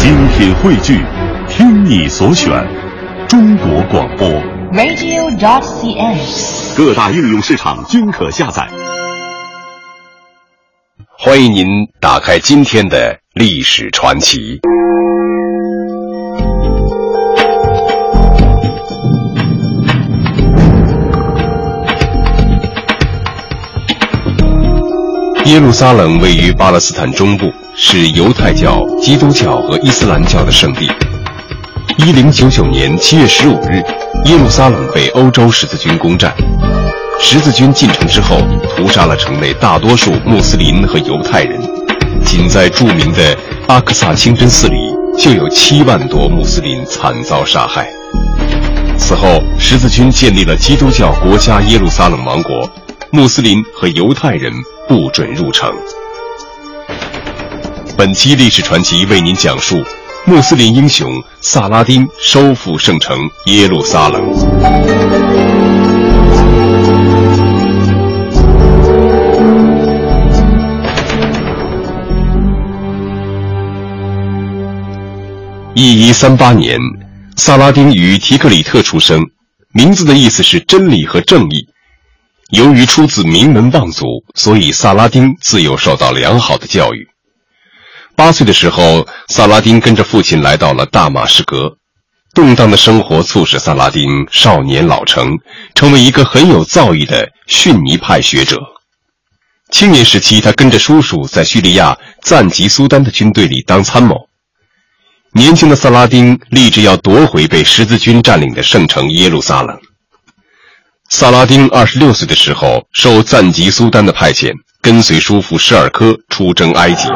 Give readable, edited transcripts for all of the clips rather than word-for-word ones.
精品汇聚，听你所选，中国广播 radio.cn， 各大应用市场均可下载。 欢迎您打开今天的历史传奇。耶路撒冷位于巴勒斯坦中部，是犹太教、基督教和伊斯兰教的圣地。1099年7月15日，耶路撒冷被欧洲十字军攻占。十字军进城之后，屠杀了城内大多数穆斯林和犹太人。仅在著名的阿克萨清真寺里，就有7万多穆斯林惨遭杀害。此后，十字军建立了基督教国家耶路撒冷王国，穆斯林和犹太人不准入城。本期历史传奇为您讲述穆斯林英雄萨拉丁收复圣城耶路撒冷。1138年，萨拉丁于提克里特出生，名字的意思是真理和正义。由于出自名门望族，所以萨拉丁自幼受到良好的教育。8岁的时候，萨拉丁跟着父亲来到了大马士革。动荡的生活促使萨拉丁少年老成，成为一个很有造诣的逊尼派学者。青年时期，他跟着叔叔在叙利亚赞吉苏丹的军队里当参谋。年轻的萨拉丁立志要夺回被十字军占领的圣城耶路撒冷。萨拉丁26岁的时候，受赞吉苏丹的派遣，跟随叔父施尔科出征埃及。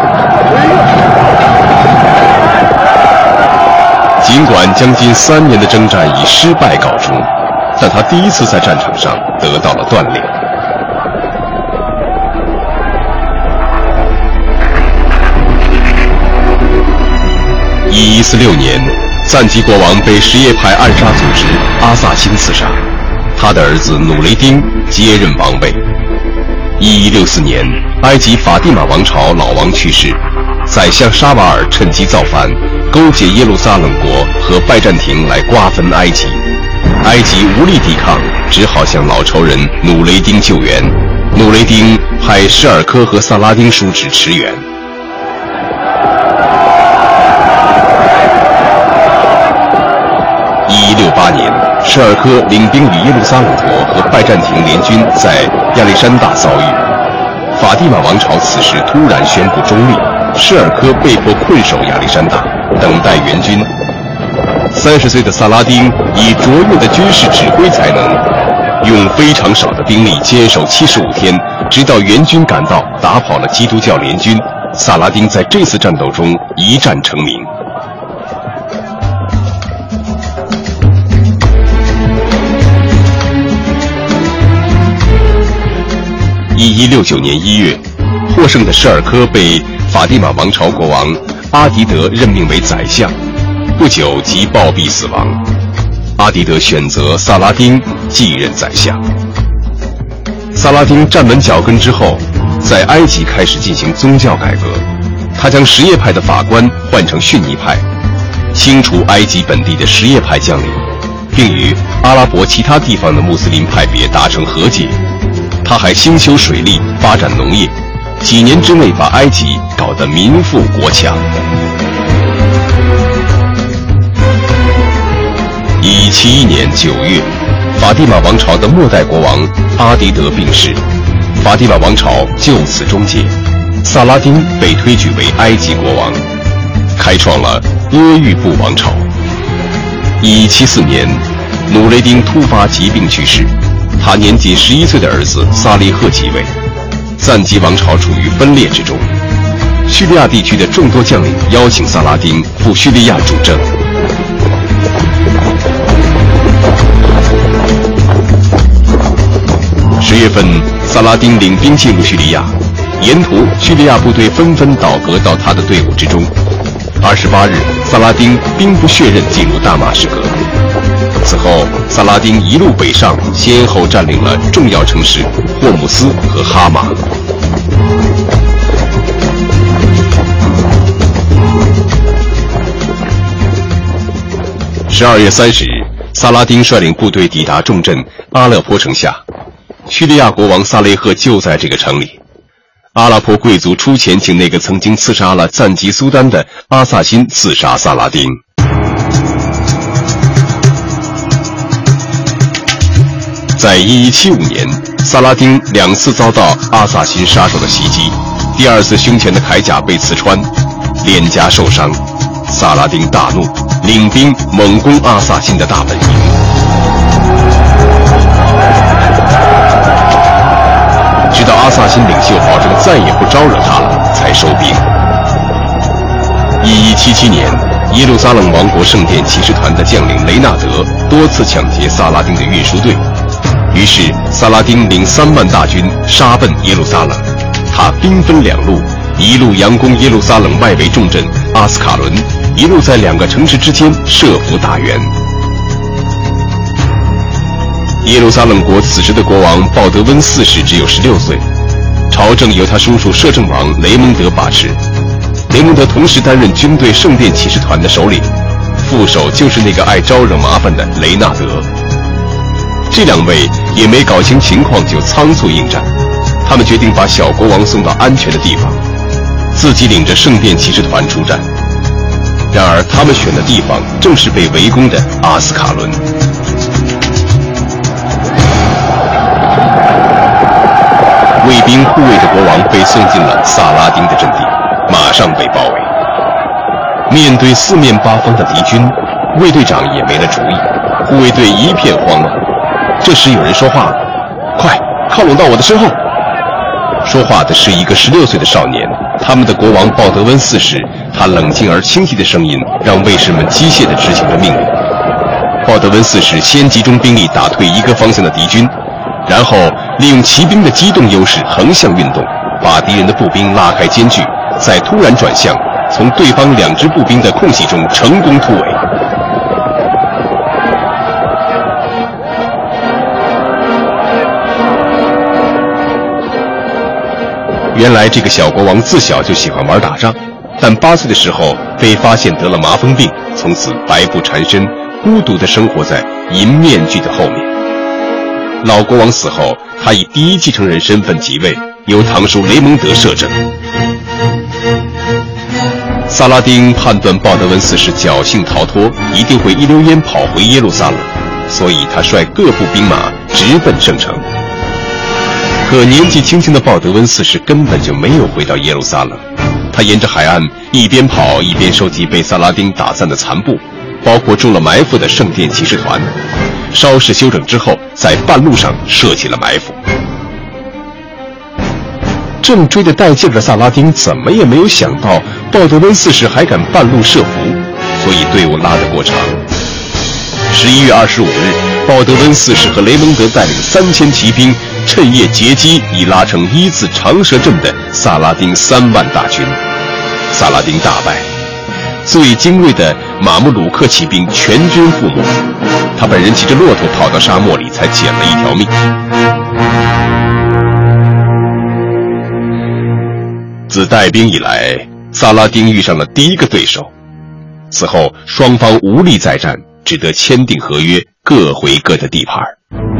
尽管将近3年的征战以失败告终，但他第一次在战场上得到了锻炼。1146年，赞吉国王被什叶派暗杀组织阿萨辛刺杀，他的儿子努雷丁接任王位。1164年，埃及法蒂玛王朝老王去世，宰相沙瓦尔趁机造反，勾结耶路撒冷国和拜占庭来瓜分埃及。埃及无力抵抗，只好向老仇人努雷丁救援。努雷丁派施尔科和萨拉丁叔侄驰援。1168年，施尔科领兵与耶路撒冷国和拜占庭联军在亚历山大遭遇。法蒂玛王朝此时突然宣布中立，施尔科被迫困守亚历山大，等待援军。30岁的萨拉丁以卓越的军事指挥才能，用非常少的兵力坚守75天，直到援军赶到，打跑了基督教联军。萨拉丁在这次战斗中一战成名。1169年1月，获胜的施尔科被法蒂玛王朝国王阿迪德任命为宰相，不久即暴毙死亡。阿迪德选择萨拉丁继任宰相。萨拉丁站稳脚跟之后，在埃及开始进行宗教改革，他将什叶派的法官换成逊尼派，清除埃及本地的什叶派将领，并与阿拉伯其他地方的穆斯林派别达成和解。他还兴修水利，发展农业，几年之内把埃及搞得民富国强。1171年9月，法蒂玛王朝的末代国王阿迪德病逝，法蒂玛王朝就此终结。萨拉丁被推举为埃及国王，开创了阿育布王朝。1174年，努雷丁突发疾病去世。他年仅11岁的儿子萨利赫继位，赞吉王朝处于分裂之中。叙利亚地区的众多将领邀请萨拉丁赴叙利亚主政。10月份，萨拉丁领兵进入叙利亚，沿途叙利亚部队纷纷倒戈到他的队伍之中。28日，萨拉丁兵不血刃进入大马士革。此后，萨拉丁一路北上，先后占领了重要城市霍姆斯和哈马。 12月30日，萨拉丁率领部队抵达重镇阿勒颇城下，叙利亚国王萨雷赫就在这个城里。阿拉颇贵族出钱请那个曾经刺杀了赞吉苏丹的阿萨辛刺杀萨拉丁。在1175年，萨拉丁2次遭到阿萨辛杀手的袭击，第2次胸前的铠甲被刺穿，脸颊受伤。萨拉丁大怒，领兵猛攻阿萨辛的大本营。直到阿萨辛领袖保证再也不招惹他了，才收兵。1177年，耶路撒冷王国圣殿骑士团的将领雷纳德多次抢劫萨拉丁的运输队，于是萨拉丁领3万大军杀奔耶路撒冷。他兵分2路，一路佯攻耶路撒冷外围重镇阿斯卡伦，一路在2个城市之间设伏大援。耶路撒冷国此时的国王鲍德温4世只有16岁，朝政由他叔叔摄政王雷蒙德把持。雷蒙德同时担任军队圣殿骑士团的首领，副手就是那个爱招惹麻烦的雷纳德。这2位也没搞清情况就仓促应战，他们决定把小国王送到安全的地方，自己领着圣殿骑士团出战。然而他们选的地方正是被围攻的阿斯卡伦。卫兵护卫的国王被送进了萨拉丁的阵地，马上被包围。面对4面8方的敌军，卫队长也没了主意，护卫队一片慌乱。这时有人说话了：“快，靠拢到我的身后！”说话的是一个16岁的少年，他们的国王鲍德温4世。他冷静而清晰的声音让卫士们机械地执行了命令。鲍德温4世先集中兵力打退一个方向的敌军，然后利用骑兵的机动优势横向运动，把敌人的步兵拉开间距，再突然转向，从对方2支步兵的空隙中成功突围。原来这个小国王自小就喜欢玩打仗，但8岁的时候被发现得了麻风病，从此白布缠身，孤独地生活在银面具的后面。老国王死后，他以第1继承人身份即位，由堂叔雷蒙德摄政。萨拉丁判断鲍德温4世侥幸逃脱，一定会一溜烟跑回耶路撒冷，所以他率各部兵马直奔圣城。可年纪轻轻的鲍德温4世根本就没有回到耶路撒冷，他沿着海岸一边跑一边收集被萨拉丁打散的残部，包括中了埋伏的圣殿骑士团。稍事休整之后，在半路上设起了埋伏。正追得带劲的萨拉丁怎么也没有想到鲍德温4世还敢半路设伏，所以队伍拉得过长。11月25日，鲍德温4世和雷蒙德带领3000骑兵趁夜截击已拉成1字长蛇阵的萨拉丁3万大军。萨拉丁大败，最精锐的马穆鲁克骑兵全军覆没，他本人骑着骆驼跑到沙漠里才捡了一条命。自带兵以来，萨拉丁遇上了第1个对手，此后双方无力再战，只得签订合约，各回各的地盘。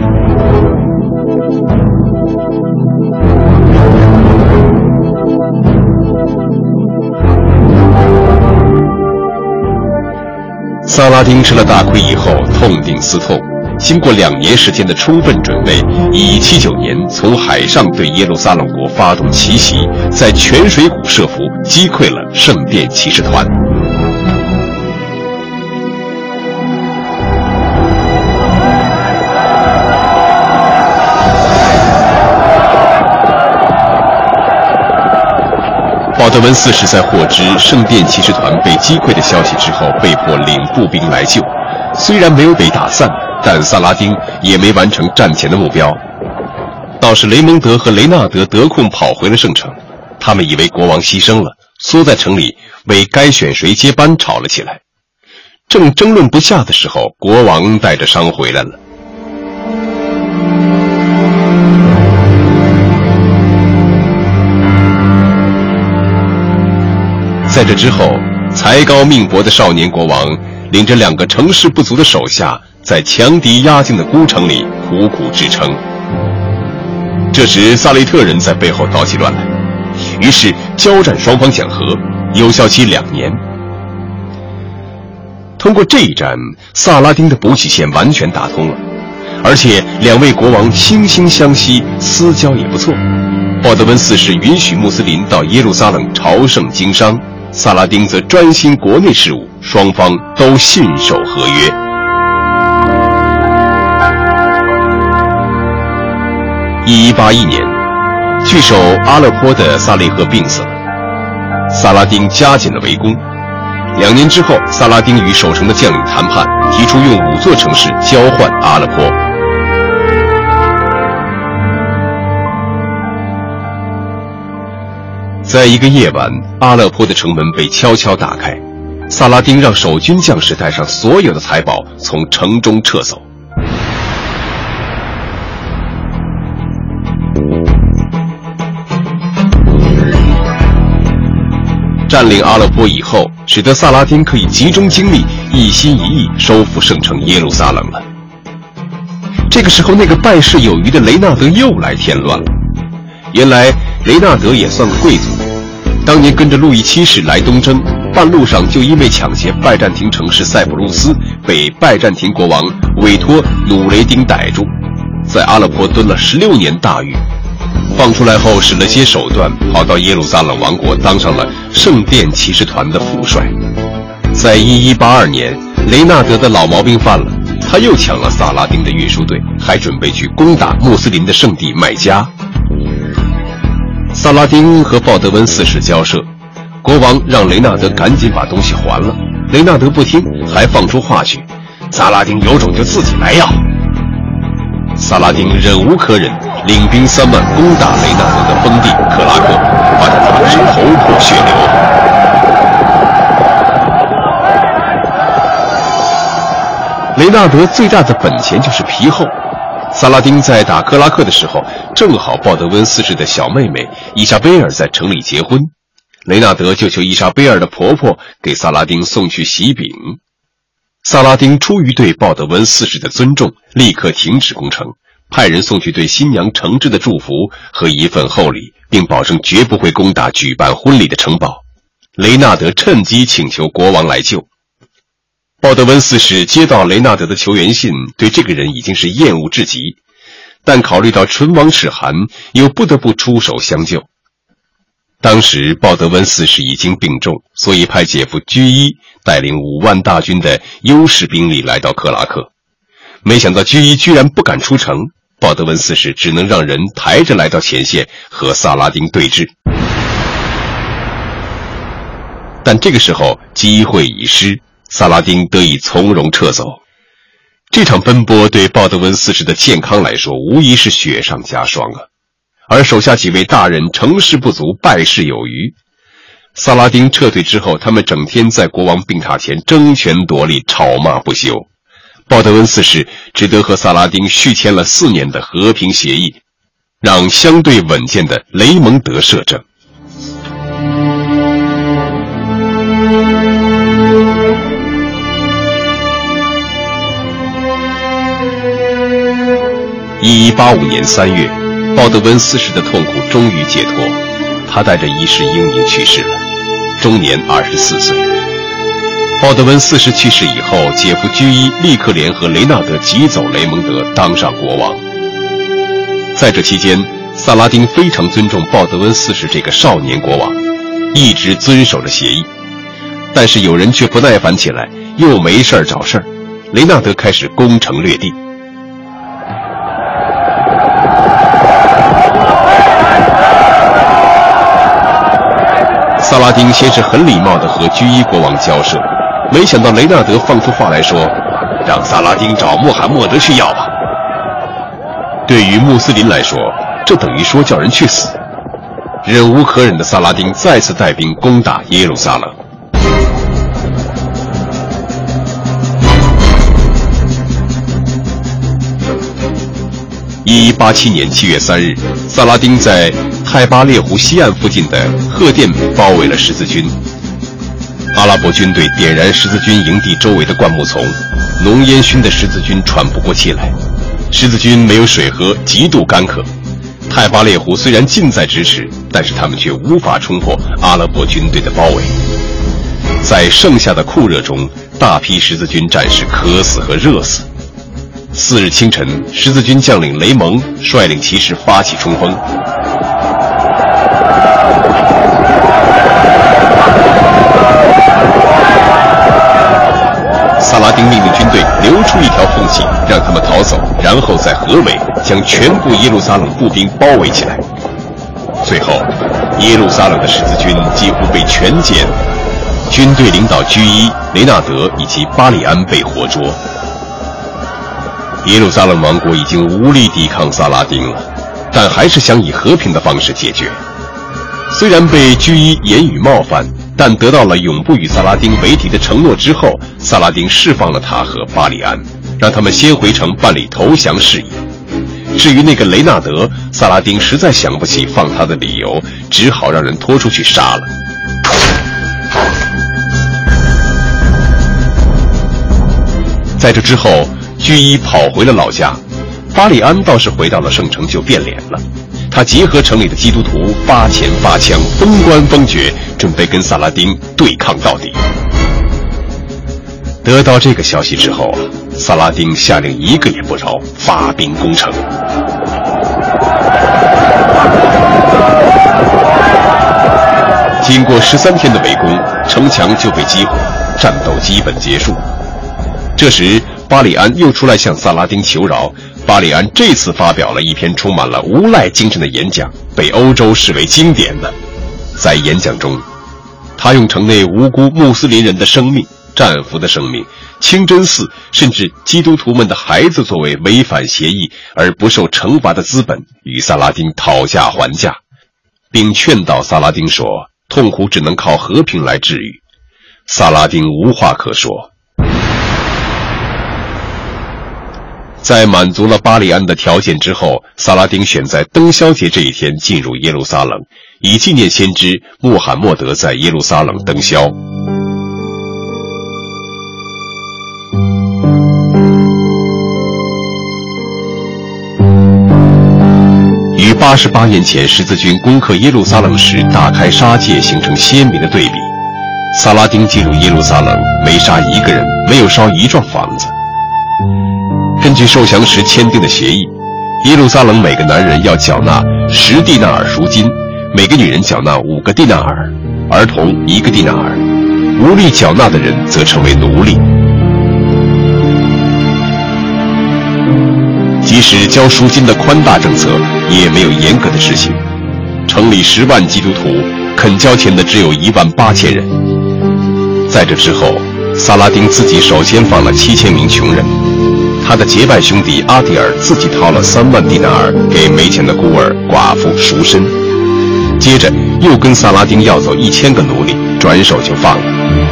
萨拉丁吃了大亏以后痛定思痛，经过2年时间的充分准备，1179年从海上对耶路撒冷国发动奇袭，在泉水谷设伏，击溃了圣殿骑士团。鲍德温4世在获知圣殿骑士团被击溃的消息之后，被迫领步兵来救。虽然没有被打散，但萨拉丁也没完成战前的目标。倒是雷蒙德和雷纳德得空跑回了圣城，他们以为国王牺牲了，缩在城里为该选谁接班吵了起来。正争论不下的时候，国王带着伤回来了。在这之后，才高命薄的少年国王领着2个成事不足的手下，在强敌压境的孤城里苦苦支撑。这时萨利特人在背后捣起乱来，于是交战双方讲和，有效期2年。通过这一战，萨拉丁的补给线完全打通了，而且2位国王惺惺相惜，私交也不错。鲍德温4世允许穆斯林到耶路撒冷朝圣经商，萨拉丁则专心国内事务，双方都信守合约。1181年，据守阿勒颇的萨利赫病死了，萨拉丁加紧了围攻。2年之后，萨拉丁与守城的将领谈判，提出用5座城市交换阿勒颇。在一个夜晚，阿勒颇的城门被悄悄打开，萨拉丁让守军将士带上所有的财宝从城中撤走。占领阿勒颇以后，使得萨拉丁可以集中精力，一心一意收复圣城耶路撒冷了。这个时候，那个败事有余的雷纳德又来添乱了。原来雷纳德也算个贵族，当年跟着路易7世来东征，半路上就因为抢劫拜占庭城市塞浦路斯，被拜占庭国王委托努雷丁逮住，在阿勒颇蹲了16年大狱。放出来后使了些手段，跑到耶路撒冷王国，当上了圣殿骑士团的副帅。在1182年，雷纳德的老毛病犯了，他又抢了萨拉丁的运输队，还准备去攻打穆斯林的圣地麦加。萨拉丁和鲍德温4世交涉，国王让雷纳德赶紧把东西还了，雷纳德不听，还放出话去，萨拉丁有种就自己来要。萨拉丁忍无可忍，领兵3万攻打雷纳德的封地克拉克，把他打至头破血流。雷纳德最大的本钱就是皮厚，萨拉丁在打克拉克的时候，正好鲍德温4世的小妹妹伊莎贝尔在城里结婚，雷纳德就求伊莎贝尔的婆婆给萨拉丁送去喜饼。萨拉丁出于对鲍德温4世的尊重，立刻停止攻城，派人送去对新娘诚挚的祝福和一份厚礼，并保证绝不会攻打举办婚礼的城堡。雷纳德趁机请求国王来救。鲍德温4世接到雷纳德的求援信，对这个人已经是厌恶至极，但考虑到唇亡齿寒，又不得不出手相救。当时鲍德温4世已经病重，所以派姐夫居伊带领5万大军的优势兵力来到克拉克。没想到居伊居然不敢出城，鲍德温4世只能让人抬着来到前线和萨拉丁对峙。但这个时候机会已失，萨拉丁得以从容撤走。这场奔波对鲍德温4世的健康来说无疑是雪上加霜啊！而手下几位大人成事不足，败事有余。萨拉丁撤退之后，他们整天在国王病榻前争权夺利，吵骂不休。鲍德温4世只得和萨拉丁续签了4年的和平协议，让相对稳健的雷蒙德摄政。1185年3月，鲍德温4世的痛苦终于解脱，他带着一世英名去世了，终年24岁。鲍德温4世去世以后，姐夫居伊立刻联合雷纳德挤走雷蒙德，当上国王。在这期间，萨拉丁非常尊重鲍德温4世这个少年国王，一直遵守着协议。但是有人却不耐烦起来，又没事找事儿，雷纳德开始攻城略地。萨拉丁先是很礼貌地和居伊国王交涉，没想到雷纳德放出话来说，让萨拉丁找穆罕默德去要吧。对于穆斯林来说，这等于说叫人去死。忍无可忍的萨拉丁再次带兵攻打耶路撒冷。1187年7月3日，萨拉丁在泰巴列湖西岸附近的赫甸包围了十字军。 阿拉伯军队点燃十字军营地周围的灌木丛，浓烟熏得十字军喘不过气来。十字军没有水喝，极度干渴。泰巴列湖虽然近在咫尺，但是他们却无法冲破阿拉伯军队的包围。在盛夏的酷热中，大批十字军战士渴死和热死。4日清晨，十字军将领雷蒙率领骑士发起冲锋。萨拉丁命令军队留出一条缝隙，让他们逃走，然后在河尾将全部耶路撒冷步兵包围起来。最后，耶路撒冷的十字军几乎被全歼，军队领导居伊、雷纳德以及巴里安被活捉。耶路撒冷王国已经无力抵抗萨拉丁了，但还是想以和平的方式解决。虽然被居伊言语冒犯，但得到了永不与萨拉丁为敌的承诺之后，萨拉丁释放了他和巴里安，让他们先回城办理投降事宜。至于那个雷纳德，萨拉丁实在想不起放他的理由，只好让人拖出去杀了。在这之后，居伊跑回了老家，巴里安倒是回到了圣城就变脸了。他结合城里的基督徒，发钱发枪，封官封爵，准备跟萨拉丁对抗到底。得到这个消息之后啊，萨拉丁下令一个也不饶，发兵攻城。经过13天的围攻，城墙就被击毁，战斗基本结束。这时巴里安又出来向萨拉丁求饶。巴里安这次发表了一篇充满了无赖精神的演讲，被欧洲视为经典的。在演讲中，他用城内无辜穆斯林人的生命、战俘的生命、清真寺甚至基督徒们的孩子作为违反协议而不受惩罚的资本，与萨拉丁讨价还价，并劝导萨拉丁说，痛苦只能靠和平来治愈。萨拉丁无话可说。在满足了巴里安的条件之后，萨拉丁选在灯宵节这一天进入耶路撒冷，以纪念先知穆罕默德在耶路撒冷灯宵。与88年前十字军攻克耶路撒冷时大开杀戒形成鲜明的对比。萨拉丁进入耶路撒冷，没杀一个人，没有烧一幢房子。根据受降时签订的协议，耶路撒冷每个男人要缴纳10蒂纳尔赎金，每个女人缴纳5个蒂纳尔，儿童1个蒂纳尔，无力缴纳的人则成为奴隶。即使交赎金的宽大政策，也没有严格的执行。城里10万基督徒，肯交钱的只有18000人。在这之后，萨拉丁自己首先放了7000名穷人。他的结拜兄弟阿迪尔自己掏了3万蒂纳尔给没钱的孤儿寡妇赎身，接着又跟萨拉丁要走1000个奴隶，转手就放了。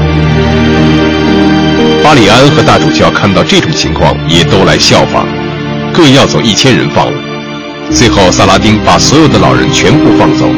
巴里安和大主教看到这种情况，也都来效仿，各要走1000人放了。最后萨拉丁把所有的老人全部放走。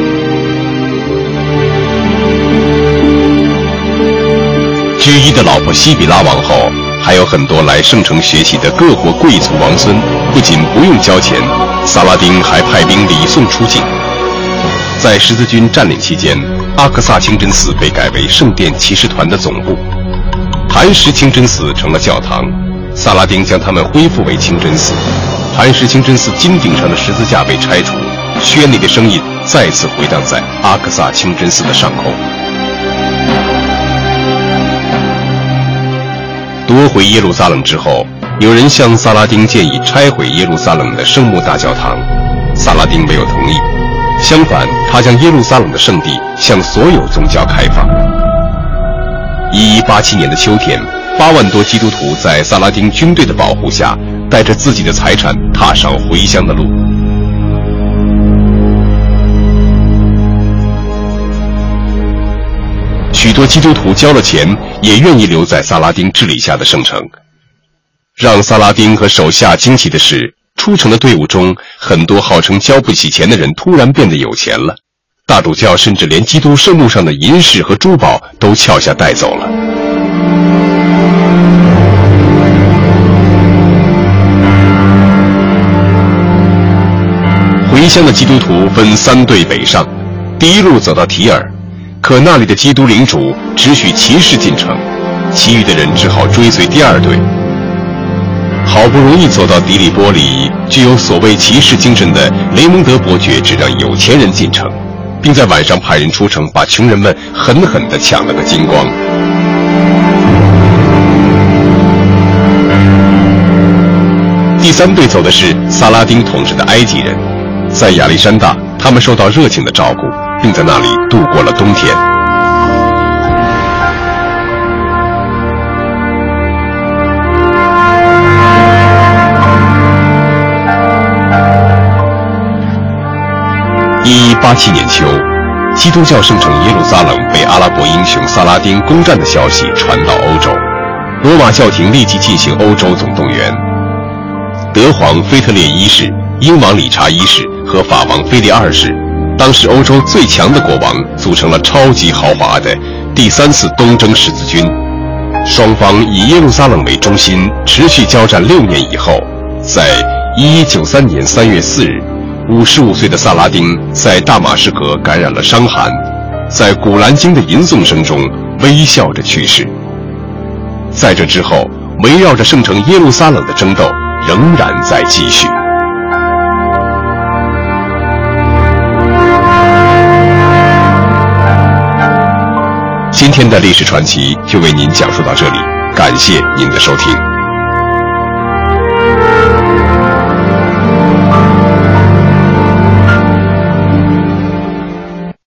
居伊的老婆西比拉王后，还有很多来圣城学习的各国贵族王孙，不仅不用交钱，萨拉丁还派兵礼送出境。在十字军占领期间，阿克萨清真寺被改为圣殿骑士团的总部，磐石清真寺成了教堂，萨拉丁将它们恢复为清真寺。磐石清真寺金顶上的十字架被拆除，绚丽的声音再次回荡在阿克萨清真寺的上空。夺回耶路撒冷之后，有人向萨拉丁建议拆毁耶路撒冷的圣母大教堂，萨拉丁没有同意，相反，他将耶路撒冷的圣地向所有宗教开放。1187年的秋天，8万多基督徒在萨拉丁军队的保护下，带着自己的财产踏上回乡的路。许多基督徒交了钱，也愿意留在萨拉丁治理下的圣城。让萨拉丁和手下惊奇的是，出城的队伍中，很多号称交不起钱的人突然变得有钱了。 大主教甚至连基督圣墓上的银饰和珠宝都撬下带走了。回乡的基督徒分3队北上，第一路走到提尔，可那里的基督领主只许骑士进城，其余的人只好追随第2队。好不容易走到迪里波里，具有所谓骑士精神的雷蒙德伯爵只让有钱人进城，并在晚上派人出城，把穷人们狠狠地抢了个精光。第3队走的是萨拉丁统治的埃及人，在亚历山大，他们受到热情的照顾，并在那里度过了冬天。1187年秋，基督教圣城耶路撒冷被阿拉伯英雄萨拉丁攻占的消息传到欧洲，罗马教廷立即进行欧洲总动员。德皇腓特烈一世、英王理查一世和法王腓力二世，当时欧洲最强的国王，组成了超级豪华的第3次东征十字军。双方以耶路撒冷为中心，持续交战6年以后，在1193年3月4日，55岁的萨拉丁在大马士革感染了伤寒，在古兰经的吟诵声中微笑着去世。在这之后，围绕着圣城耶路撒冷的争斗仍然在继续。今天的历史传奇就为您讲述到这里，感谢您的收听。